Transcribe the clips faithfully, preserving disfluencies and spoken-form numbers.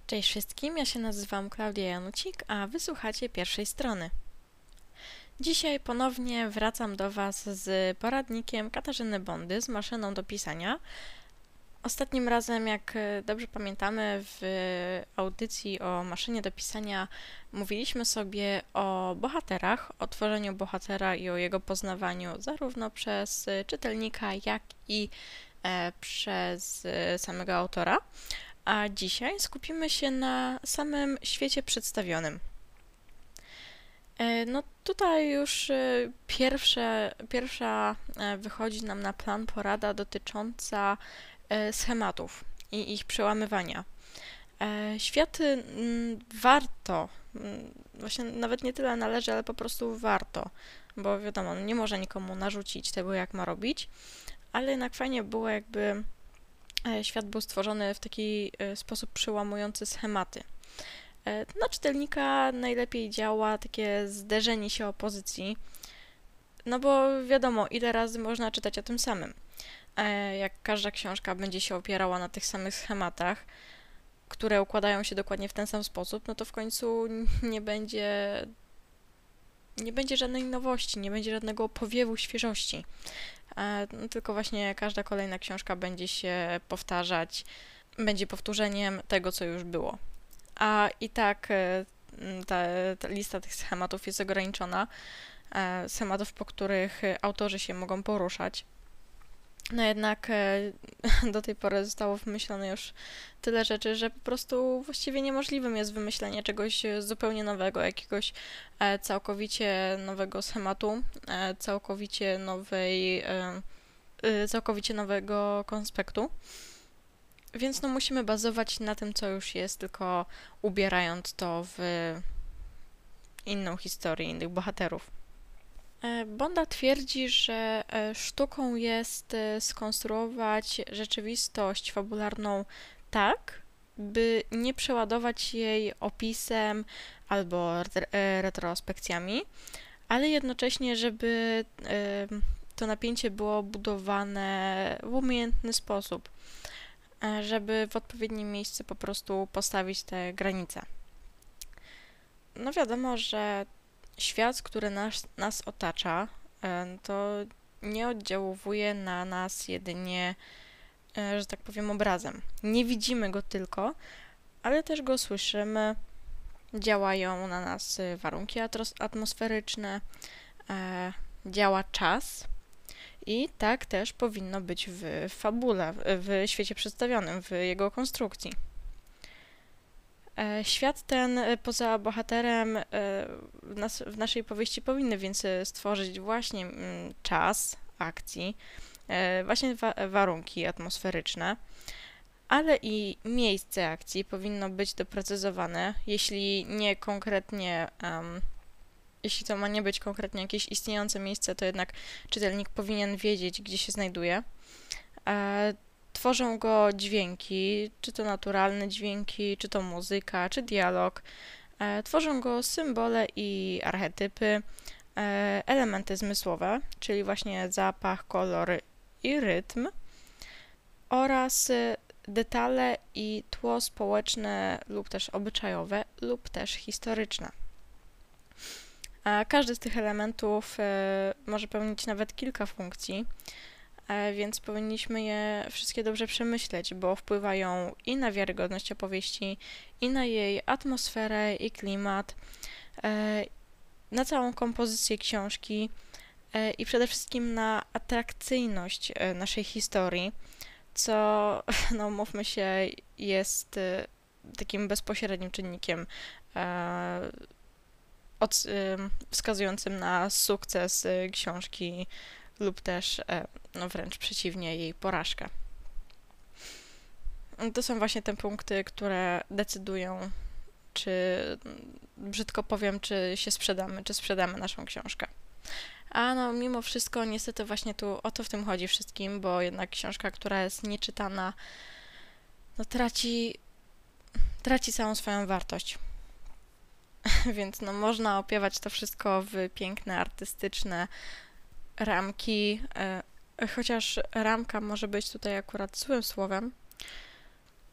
Cześć wszystkim, ja się nazywam Klaudia Janucik, a wysłuchacie pierwszej strony. Dzisiaj ponownie wracam do Was z poradnikiem Katarzyny Bondy z maszyną do pisania. Ostatnim razem, jak dobrze pamiętamy, w audycji o maszynie do pisania mówiliśmy sobie o bohaterach, o tworzeniu bohatera i o jego poznawaniu zarówno przez czytelnika, jak i e, przez samego autora. A dzisiaj skupimy się na samym świecie przedstawionym. No tutaj już pierwsze, pierwsza wychodzi nam na plan porada dotycząca schematów i ich przełamywania. Świat warto, właśnie nawet nie tyle należy, ale po prostu warto, bo wiadomo, nie można nikomu narzucić tego, jak ma robić, ale jednak fajnie było, jakby świat był stworzony w taki sposób przełamujący schematy. Na czytelnika najlepiej działa takie zderzenie się opozycji, no bo wiadomo, ile razy można czytać o tym samym. Jak każda książka będzie się opierała na tych samych schematach, które układają się dokładnie w ten sam sposób, no to w końcu nie będzie, nie będzie żadnej nowości, nie będzie żadnego powiewu świeżości. No, tylko właśnie każda kolejna książka będzie się powtarzać, będzie powtórzeniem tego, co już było. A i tak ta, ta lista tych schematów jest ograniczona, schematów, po których autorzy się mogą poruszać. No jednak do tej pory zostało wymyślone już tyle rzeczy, że po prostu właściwie niemożliwym jest wymyślenie czegoś zupełnie nowego, jakiegoś całkowicie nowego schematu, całkowicie nowej, całkowicie nowego konspektu. Więc no musimy bazować na tym, co już jest, tylko ubierając to w inną historię, innych bohaterów. Bonda twierdzi, że sztuką jest skonstruować rzeczywistość fabularną tak, by nie przeładować jej opisem albo retrospekcjami, ale jednocześnie, żeby to napięcie było budowane w umiejętny sposób, żeby w odpowiednim miejscu po prostu postawić te granice. No wiadomo, że świat, który nas, nas otacza, to nie oddziałuje na nas jedynie, że tak powiem, obrazem. Nie widzimy go tylko, ale też go słyszymy, działają na nas warunki atmosferyczne, działa czas i tak też powinno być w fabule, w świecie przedstawionym, w jego konstrukcji. Świat ten poza bohaterem w, nas, w naszej powieści powinny więc stworzyć właśnie czas akcji, właśnie wa warunki atmosferyczne, ale i miejsce akcji powinno być doprecyzowane, jeśli nie konkretnie, um, jeśli to ma nie być konkretnie jakieś istniejące miejsce, to jednak czytelnik powinien wiedzieć, gdzie się znajduje. Tworzą go dźwięki, czy to naturalne dźwięki, czy to muzyka, czy dialog. E, tworzą go symbole i archetypy, e, elementy zmysłowe, czyli właśnie zapach, kolor i rytm, oraz detale i tło społeczne lub też obyczajowe lub też historyczne. E, każdy z tych elementów e, może pełnić nawet kilka funkcji, więc powinniśmy je wszystkie dobrze przemyśleć, bo wpływają i na wiarygodność opowieści, i na jej atmosferę i klimat, na całą kompozycję książki i przede wszystkim na atrakcyjność naszej historii, co, no mówmy się, jest takim bezpośrednim czynnikiem od, wskazującym na sukces książki lub też, no wręcz przeciwnie, jej porażkę. To są właśnie te punkty, które decydują, czy, brzydko powiem, czy się sprzedamy, czy sprzedamy naszą książkę. A no, mimo wszystko, niestety właśnie tu o to w tym chodzi wszystkim, bo jednak książka, która jest nieczytana, no traci, traci całą swoją wartość. Więc no, można opiewać to wszystko w piękne, artystyczne ramki, chociaż ramka może być tutaj akurat złym słowem,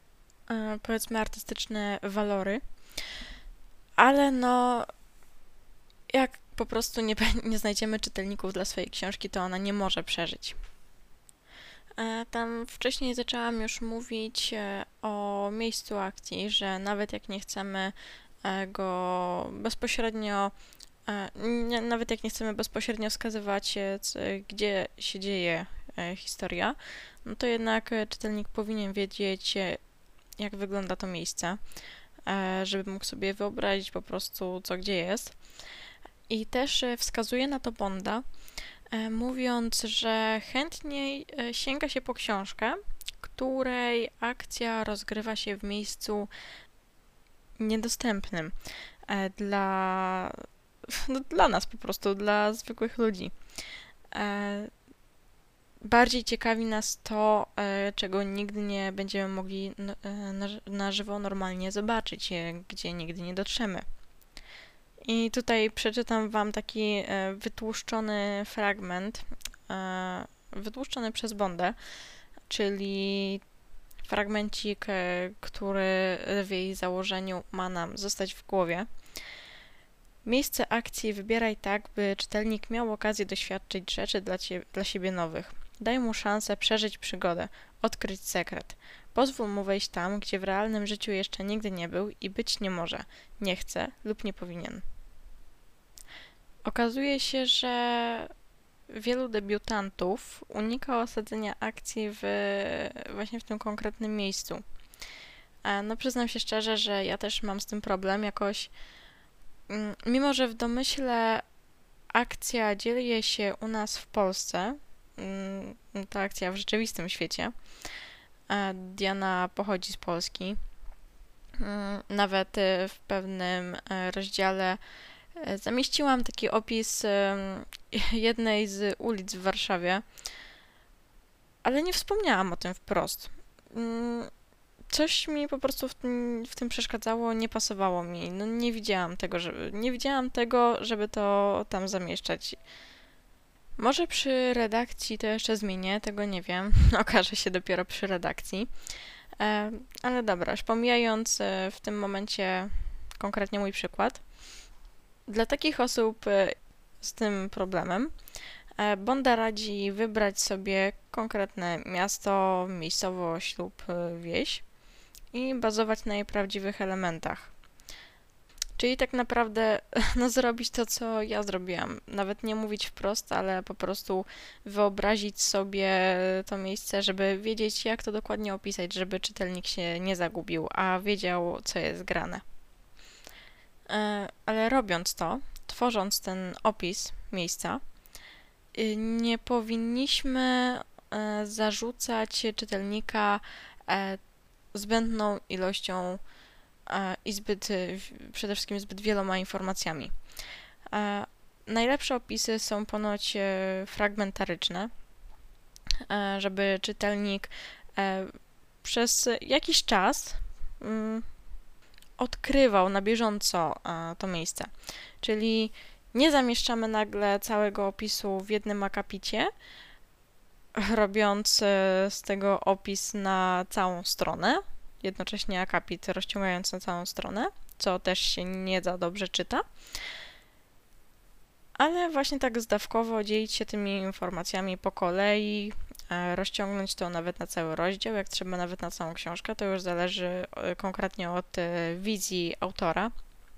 e, powiedzmy artystyczne walory, ale no jak po prostu nie, nie znajdziemy czytelników dla swojej książki, to ona nie może przeżyć. E, Tam wcześniej zaczęłam już mówić e, o miejscu akcji, że nawet jak nie chcemy e, go bezpośrednio, e, nie, nawet jak nie chcemy bezpośrednio wskazywać, e, c- gdzie się dzieje e, historia, no to jednak e, czytelnik powinien wiedzieć, e, jak wygląda to miejsce, e, żeby mógł sobie wyobrazić po prostu, co gdzie jest. I też e, wskazuje na to Bonda, e, mówiąc, że chętniej e, sięga się po książkę, której akcja rozgrywa się w miejscu niedostępnym e, dla, no, dla nas po prostu, dla zwykłych ludzi. E, Bardziej ciekawi nas to, e, czego nigdy nie będziemy mogli n- e, na, ży- na żywo normalnie zobaczyć, e, gdzie nigdy nie dotrzemy. I tutaj przeczytam Wam taki e, wytłuszczony fragment, e, wytłuszczony przez Bondę, czyli fragmencik, e, który w jej założeniu ma nam zostać w głowie. Miejsce akcji wybieraj tak, by czytelnik miał okazję doświadczyć rzeczy dla, cie, dla siebie nowych. Daj mu szansę przeżyć przygodę, odkryć sekret. Pozwól mu wejść tam, gdzie w realnym życiu jeszcze nigdy nie był i być nie może, nie chce lub nie powinien. Okazuje się, że wielu debiutantów unika osadzenia akcji w, właśnie w tym konkretnym miejscu. E, No przyznam się szczerze, że ja też mam z tym problem jakoś, mm, mimo że w domyśle akcja dzieje się u nas w Polsce, mm, ta akcja w rzeczywistym świecie. e, Diana pochodzi z Polski. Mm, Nawet e, w pewnym e, rozdziale e, zamieściłam taki opis em, jednej z ulic w Warszawie, ale nie wspomniałam o tym wprost. Mm, Coś mi po prostu w tym, w tym przeszkadzało, nie pasowało mi. No nie widziałam tego, żeby, nie widziałam tego, żeby to tam zamieszczać. Może przy redakcji to jeszcze zmienię, tego nie wiem. Okaże się dopiero przy redakcji. E, ale dobra, już pomijając e, w tym momencie konkretnie mój przykład. Dla takich osób e, z tym problemem e, Bonda radzi wybrać sobie konkretne miasto, miejscowość lub e, wieś i bazować na jej prawdziwych elementach. Czyli tak naprawdę no, zrobić to, co ja zrobiłam. Nawet nie mówić wprost, ale po prostu wyobrazić sobie to miejsce, żeby wiedzieć, jak to dokładnie opisać, żeby czytelnik się nie zagubił, a wiedział, co jest grane. E, Ale robiąc to, tworząc ten opis miejsca, y, nie powinniśmy e, zarzucać czytelnika e, zbędną ilością e, i zbyt, y, w- przede wszystkim zbyt wieloma informacjami. E, Najlepsze opisy są ponoć e, fragmentaryczne, e, żeby czytelnik e, przez jakiś czas mm, odkrywał na bieżąco e, to miejsce. Czyli nie zamieszczamy nagle całego opisu w jednym akapicie, robiąc e, z tego opis na całą stronę, jednocześnie akapit rozciągając na całą stronę, co też się nie za dobrze czyta, ale właśnie tak zdawkowo dzielić się tymi informacjami po kolei, e, rozciągnąć to nawet na cały rozdział, jak trzeba nawet na całą książkę, to już zależy e, konkretnie od e, wizji autora.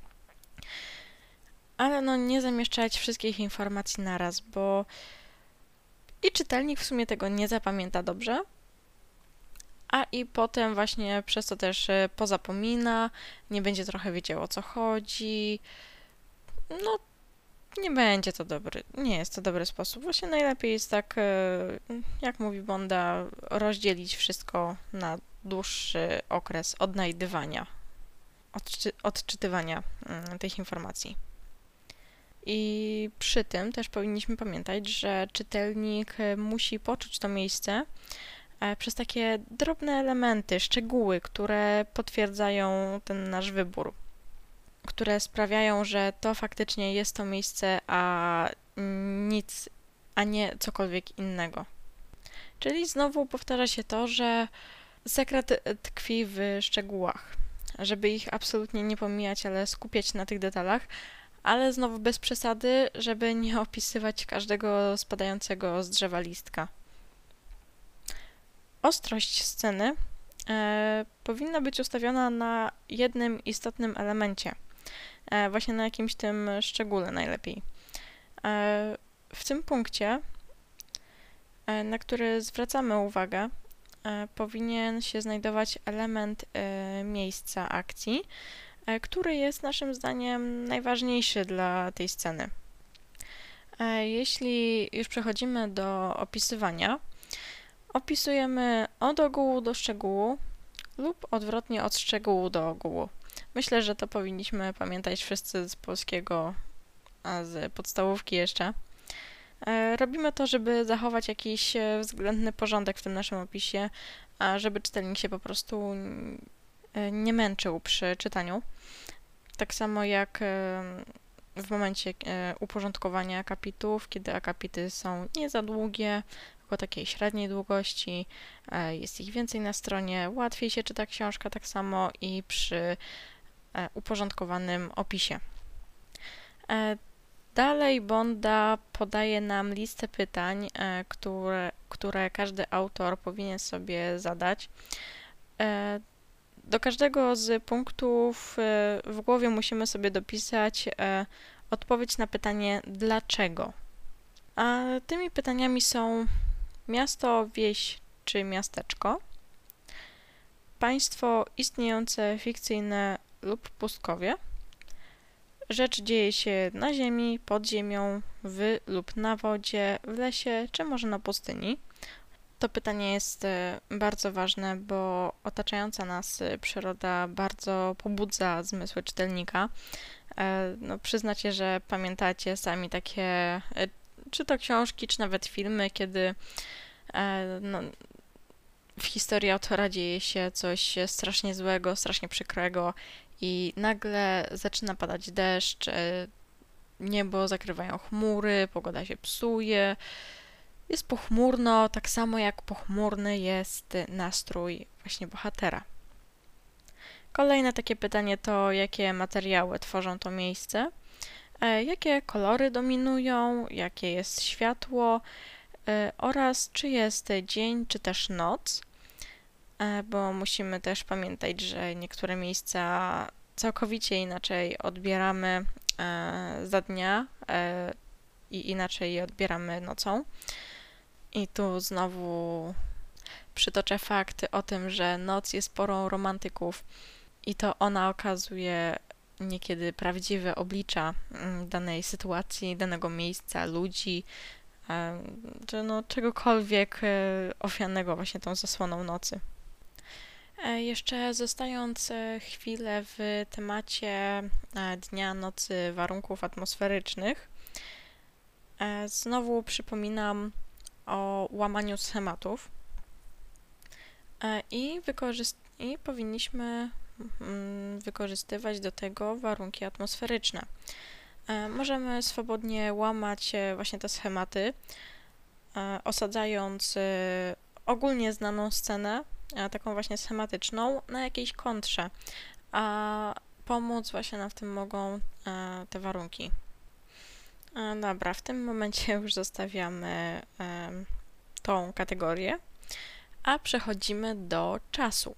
Ale no nie zamieszczać wszystkich informacji naraz, bo i czytelnik w sumie tego nie zapamięta dobrze, a i potem właśnie przez to też e, pozapomina, nie będzie trochę wiedział o co chodzi. No, nie będzie to dobry, nie jest to dobry sposób. Właśnie najlepiej jest tak, e, jak mówi Bonda, rozdzielić wszystko na dłuższy okres odnajdywania, odczy odczytywania mm, tych informacji. I przy tym też powinniśmy pamiętać, że czytelnik e, musi poczuć to miejsce e, przez takie drobne elementy, szczegóły, które potwierdzają ten nasz wybór, które sprawiają, że to faktycznie jest to miejsce, a nic, a nie cokolwiek innego. Czyli znowu powtarza się to, że Sekret e, tkwi w szczegółach, żeby ich absolutnie nie pomijać, ale skupiać się na tych detalach, ale znowu bez przesady, żeby nie opisywać każdego spadającego z drzewa listka. Ostrość sceny e, powinna być ustawiona na jednym istotnym elemencie, e, właśnie na jakimś tym szczególe najlepiej. E, w tym punkcie, e, na który zwracamy uwagę, e, powinien się znajdować element e, miejsca akcji, e, który jest naszym zdaniem najważniejszy dla tej sceny. E, jeśli już przechodzimy do opisywania, opisujemy od ogółu do szczegółu lub odwrotnie od szczegółu do ogółu. Myślę, że to powinniśmy pamiętać wszyscy z polskiego, a z podstawówki jeszcze. E, Robimy to, żeby zachować jakiś e, względny porządek w tym naszym opisie, a żeby czytelnik się po prostu e, nie męczył przy czytaniu. Tak samo jak e, w momencie e, uporządkowania akapitów, kiedy akapity są nie za długie, tylko takiej średniej długości, e, jest ich więcej na stronie, łatwiej się czyta książka, tak samo i przy e, uporządkowanym opisie. E, Dalej Bonda podaje nam listę pytań, e, które, które każdy autor powinien sobie zadać. E, Do każdego z punktów e, w głowie musimy sobie dopisać e, odpowiedź na pytanie dlaczego. A tymi pytaniami są miasto, wieś czy miasteczko, państwo istniejące, fikcyjne lub pustkowie, rzecz dzieje się na ziemi, pod ziemią, w lub na wodzie, w lesie czy może na pustyni. To pytanie jest e, bardzo ważne, bo otaczająca nas e, przyroda bardzo pobudza zmysły czytelnika. E, No, przyznacie, że pamiętacie sami takie, e, czy to książki, czy nawet filmy, kiedy e, no, w historii autora dzieje się coś strasznie złego, strasznie przykrego i nagle zaczyna padać deszcz, e, niebo zakrywają chmury, pogoda się psuje, jest pochmurno, tak samo jak pochmurny jest nastrój właśnie bohatera. Kolejne takie pytanie to, jakie materiały tworzą to miejsce, e, jakie kolory dominują, jakie jest światło e, oraz czy jest dzień, czy też noc, e, bo musimy też pamiętać, że niektóre miejsca całkowicie inaczej odbieramy e, za dnia e, i inaczej je odbieramy nocą. I tu znowu przytoczę fakty o tym, że noc jest porą romantyków i to ona okazuje niekiedy prawdziwe oblicza mm, danej sytuacji, danego miejsca, ludzi, e, czy no czegokolwiek e, ofiarnego właśnie tą zasłoną nocy. E, Jeszcze zostając e, chwilę w temacie e, dnia, nocy, warunków atmosferycznych, e, znowu przypominam o łamaniu schematów e, i, wykorzyst- i powinniśmy mm, wykorzystywać do tego warunki atmosferyczne. E, Możemy swobodnie łamać e, właśnie te schematy, e, osadzając e, ogólnie znaną scenę, e, taką właśnie schematyczną, na jakiejś kontrze, a pomóc właśnie nam w tym mogą e, te warunki. E, Dobra, w tym momencie już zostawiamy e, tą kategorię, a przechodzimy do czasu.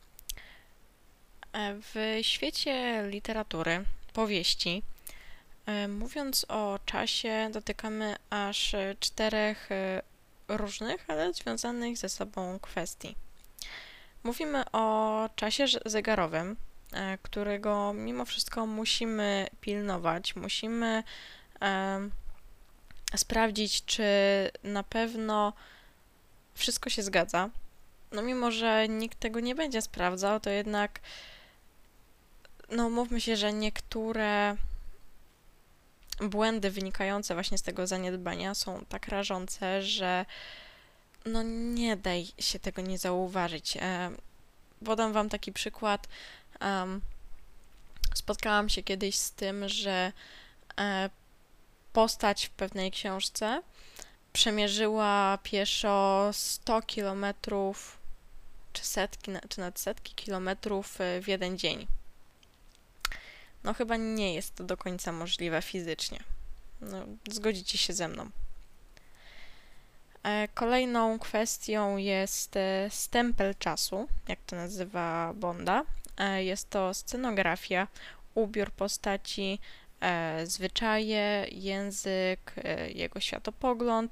E, W świecie literatury, powieści, e, mówiąc o czasie, dotykamy aż e, czterech e, różnych, ale związanych ze sobą kwestii. Mówimy o czasie ż- zegarowym, e, którego mimo wszystko musimy pilnować, musimy e, sprawdzić, czy na pewno wszystko się zgadza. No mimo, że nikt tego nie będzie sprawdzał, to jednak no mówmy się, że niektóre błędy wynikające właśnie z tego zaniedbania są tak rażące, że no nie da się tego nie zauważyć. E, podam wam taki przykład. Um, spotkałam się kiedyś z tym, że e, postać w pewnej książce przemierzyła pieszo sto kilometrów czy setki, czy nawet setki kilometrów w jeden dzień. No chyba nie jest to do końca możliwe fizycznie. No, zgodzicie się ze mną. Kolejną kwestią jest stempel czasu, jak to nazywa Bonda. Jest to scenografia, ubiór postaci, zwyczaje, język, jego światopogląd,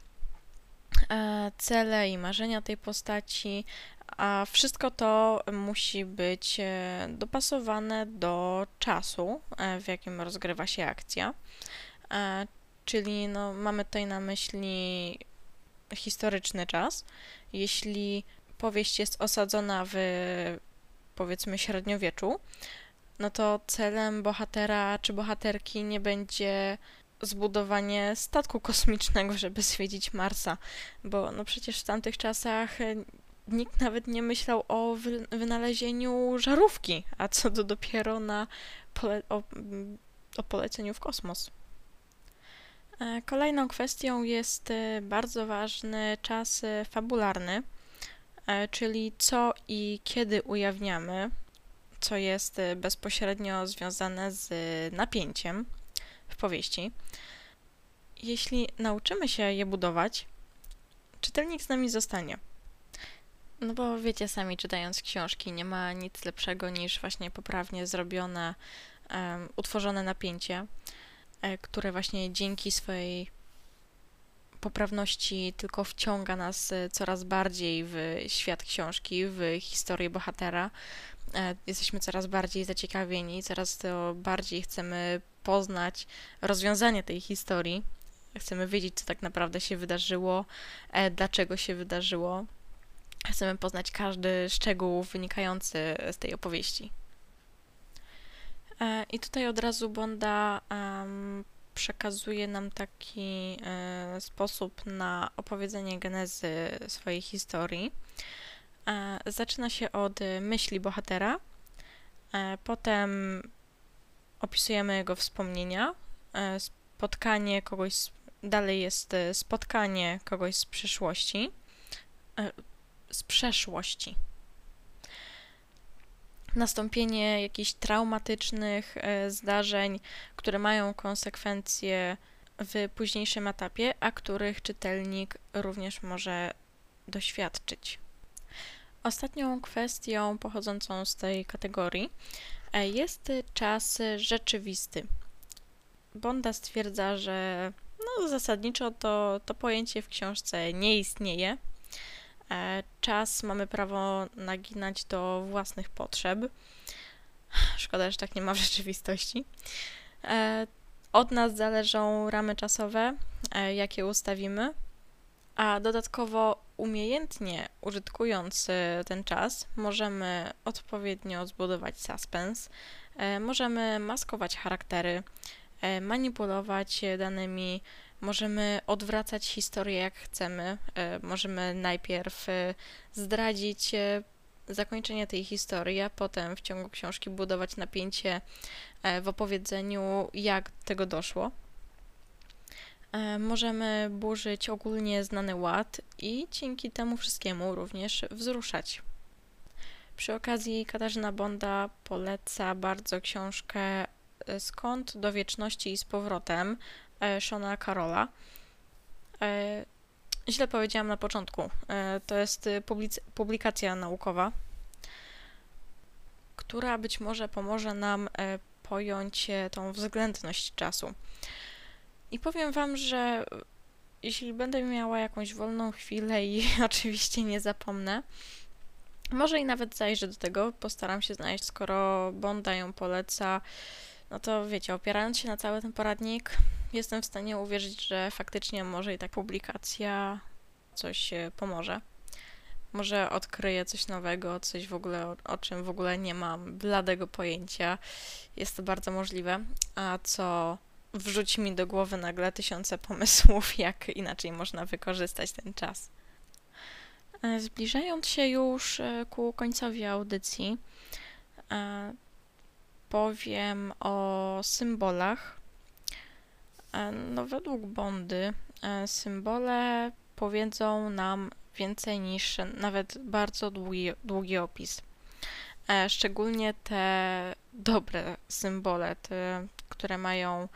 cele i marzenia tej postaci, a wszystko to musi być dopasowane do czasu, w jakim rozgrywa się akcja. Czyli no, mamy tutaj na myśli historyczny czas. Jeśli powieść jest osadzona w, powiedzmy, średniowieczu, no to celem bohatera czy bohaterki nie będzie zbudowanie statku kosmicznego, żeby zwiedzić Marsa, bo no przecież w tamtych czasach nikt nawet nie myślał o wy wynalezieniu żarówki, a co to dopiero na pole o, o poleceniu w kosmos. Kolejną kwestią jest bardzo ważny czas fabularny, czyli co i kiedy ujawniamy, co jest bezpośrednio związane z napięciem w powieści. Jeśli nauczymy się je budować, czytelnik z nami zostanie. No bo wiecie sami, czytając książki, nie ma nic lepszego niż właśnie poprawnie zrobione, um, utworzone napięcie, które właśnie dzięki swojej poprawności tylko wciąga nas coraz bardziej w świat książki, w historię bohatera. Jesteśmy coraz bardziej zaciekawieni, coraz to bardziej chcemy poznać rozwiązanie tej historii. Chcemy wiedzieć, co tak naprawdę się wydarzyło, dlaczego się wydarzyło. Chcemy poznać każdy szczegół wynikający z tej opowieści. I tutaj od razu Bonda um, przekazuje nam taki e, sposób na opowiedzenie genezy swojej historii. E, zaczyna się od myśli bohatera, e, potem opisujemy jego wspomnienia, e, spotkanie kogoś, z, dalej jest spotkanie kogoś z przyszłości, e, z przeszłości. Nastąpienie jakichś traumatycznych e, zdarzeń, które mają konsekwencje w późniejszym etapie, a których czytelnik również może doświadczyć. Ostatnią kwestią pochodzącą z tej kategorii e, jest czas rzeczywisty. Bonda stwierdza, że no, zasadniczo to, to pojęcie w książce nie istnieje. Czas mamy prawo naginać do własnych potrzeb. Szkoda, że tak nie ma w rzeczywistości. Od nas zależą ramy czasowe, jakie ustawimy, a dodatkowo umiejętnie użytkując ten czas możemy odpowiednio zbudować suspens, możemy maskować charaktery, manipulować danymi, możemy odwracać historię jak chcemy, możemy najpierw zdradzić zakończenie tej historii, a potem w ciągu książki budować napięcie w opowiedzeniu, jak do tego doszło. Możemy burzyć ogólnie znany ład i dzięki temu wszystkiemu również wzruszać. Przy okazji Katarzyna Bonda poleca bardzo książkę Skąd do wieczności i z powrotem Seana Carrolla. Źle powiedziałam na początku. To jest publikacja naukowa, która być może pomoże nam pojąć tą względność czasu. I powiem Wam, że jeśli będę miała jakąś wolną chwilę i oczywiście nie zapomnę, może i nawet zajrzę do tego, postaram się znaleźć, skoro Bonda ją poleca, no to wiecie, opierając się na cały ten poradnik, jestem w stanie uwierzyć, że faktycznie może i ta publikacja coś pomoże. Może odkryję coś nowego, coś w ogóle, o, o czym w ogóle nie mam bladego pojęcia. Jest to bardzo możliwe, a co wrzuci mi do głowy nagle tysiące pomysłów, jak inaczej można wykorzystać ten czas. Zbliżając się już ku końcowi audycji, powiem o symbolach. No, według Bondy symbole powiedzą nam, więcej niż nawet bardzo długi, długi opis. E, szczególnie te dobre symbole, te, które mają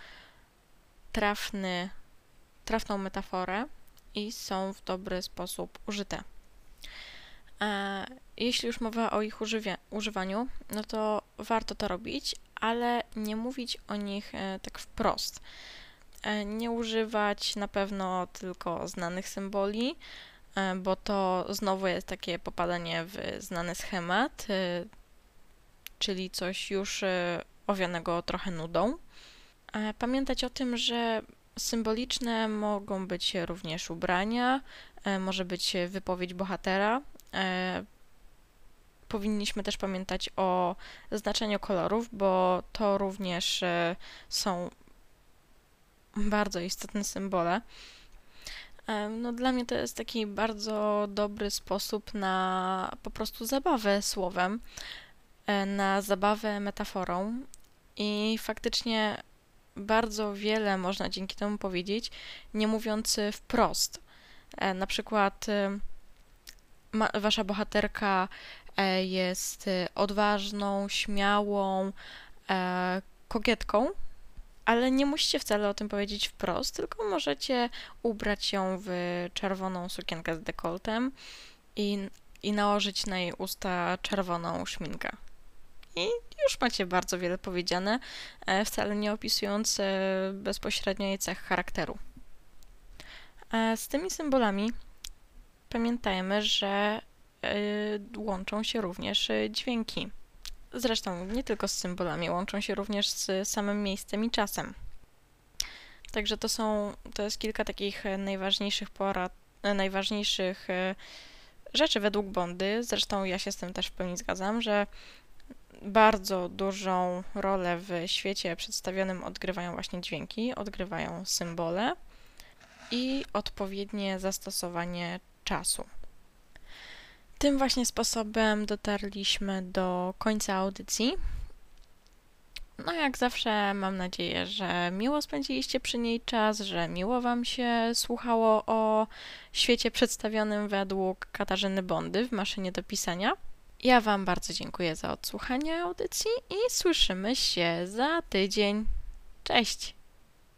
trafny, trafną metaforę i są w dobry sposób użyte. E, jeśli już mowa o ich używie, używaniu, no to warto to robić, ale nie mówić o nich e, tak wprost. E, nie używać na pewno tylko znanych symboli, e, bo to znowu jest takie popadanie w znany schemat, e, czyli coś już e, owianego trochę nudą. E, pamiętać o tym, że symboliczne mogą być również ubrania, e, może być wypowiedź bohatera. E, powinniśmy też pamiętać o znaczeniu kolorów, bo to również e, są bardzo istotne symbole. E, no, dla mnie to jest taki bardzo dobry sposób na po prostu zabawę słowem, e, na zabawę metaforą i faktycznie bardzo wiele można dzięki temu powiedzieć, nie mówiąc wprost. E, na przykład e, ma, wasza bohaterka e, jest e, odważną, śmiałą, e, kokietką, ale nie musicie wcale o tym powiedzieć wprost, tylko możecie ubrać ją w czerwoną sukienkę z dekoltem i, i nałożyć na jej usta czerwoną szminkę. I już macie bardzo wiele powiedziane, e, wcale nie opisując e, bezpośrednio jej cech charakteru. E, z tymi symbolami pamiętajmy, że e, łączą się również e, dźwięki. Zresztą nie tylko z symbolami, łączą się również z samym miejscem i czasem. Także to są, to jest kilka takich e, najważniejszych porad, e, najważniejszych e, rzeczy według Bondy. Zresztą ja się z tym też w pełni zgadzam, że bardzo dużą rolę w świecie przedstawionym odgrywają właśnie dźwięki, odgrywają symbole i odpowiednie zastosowanie czasu. Tym właśnie sposobem dotarliśmy do końca audycji. No jak zawsze mam nadzieję, że miło spędziliście przy niej czas, że miło Wam się słuchało o świecie przedstawionym według Katarzyny Bondy w maszynie do pisania. Ja Wam bardzo dziękuję za odsłuchanie audycji i słyszymy się za tydzień. Cześć!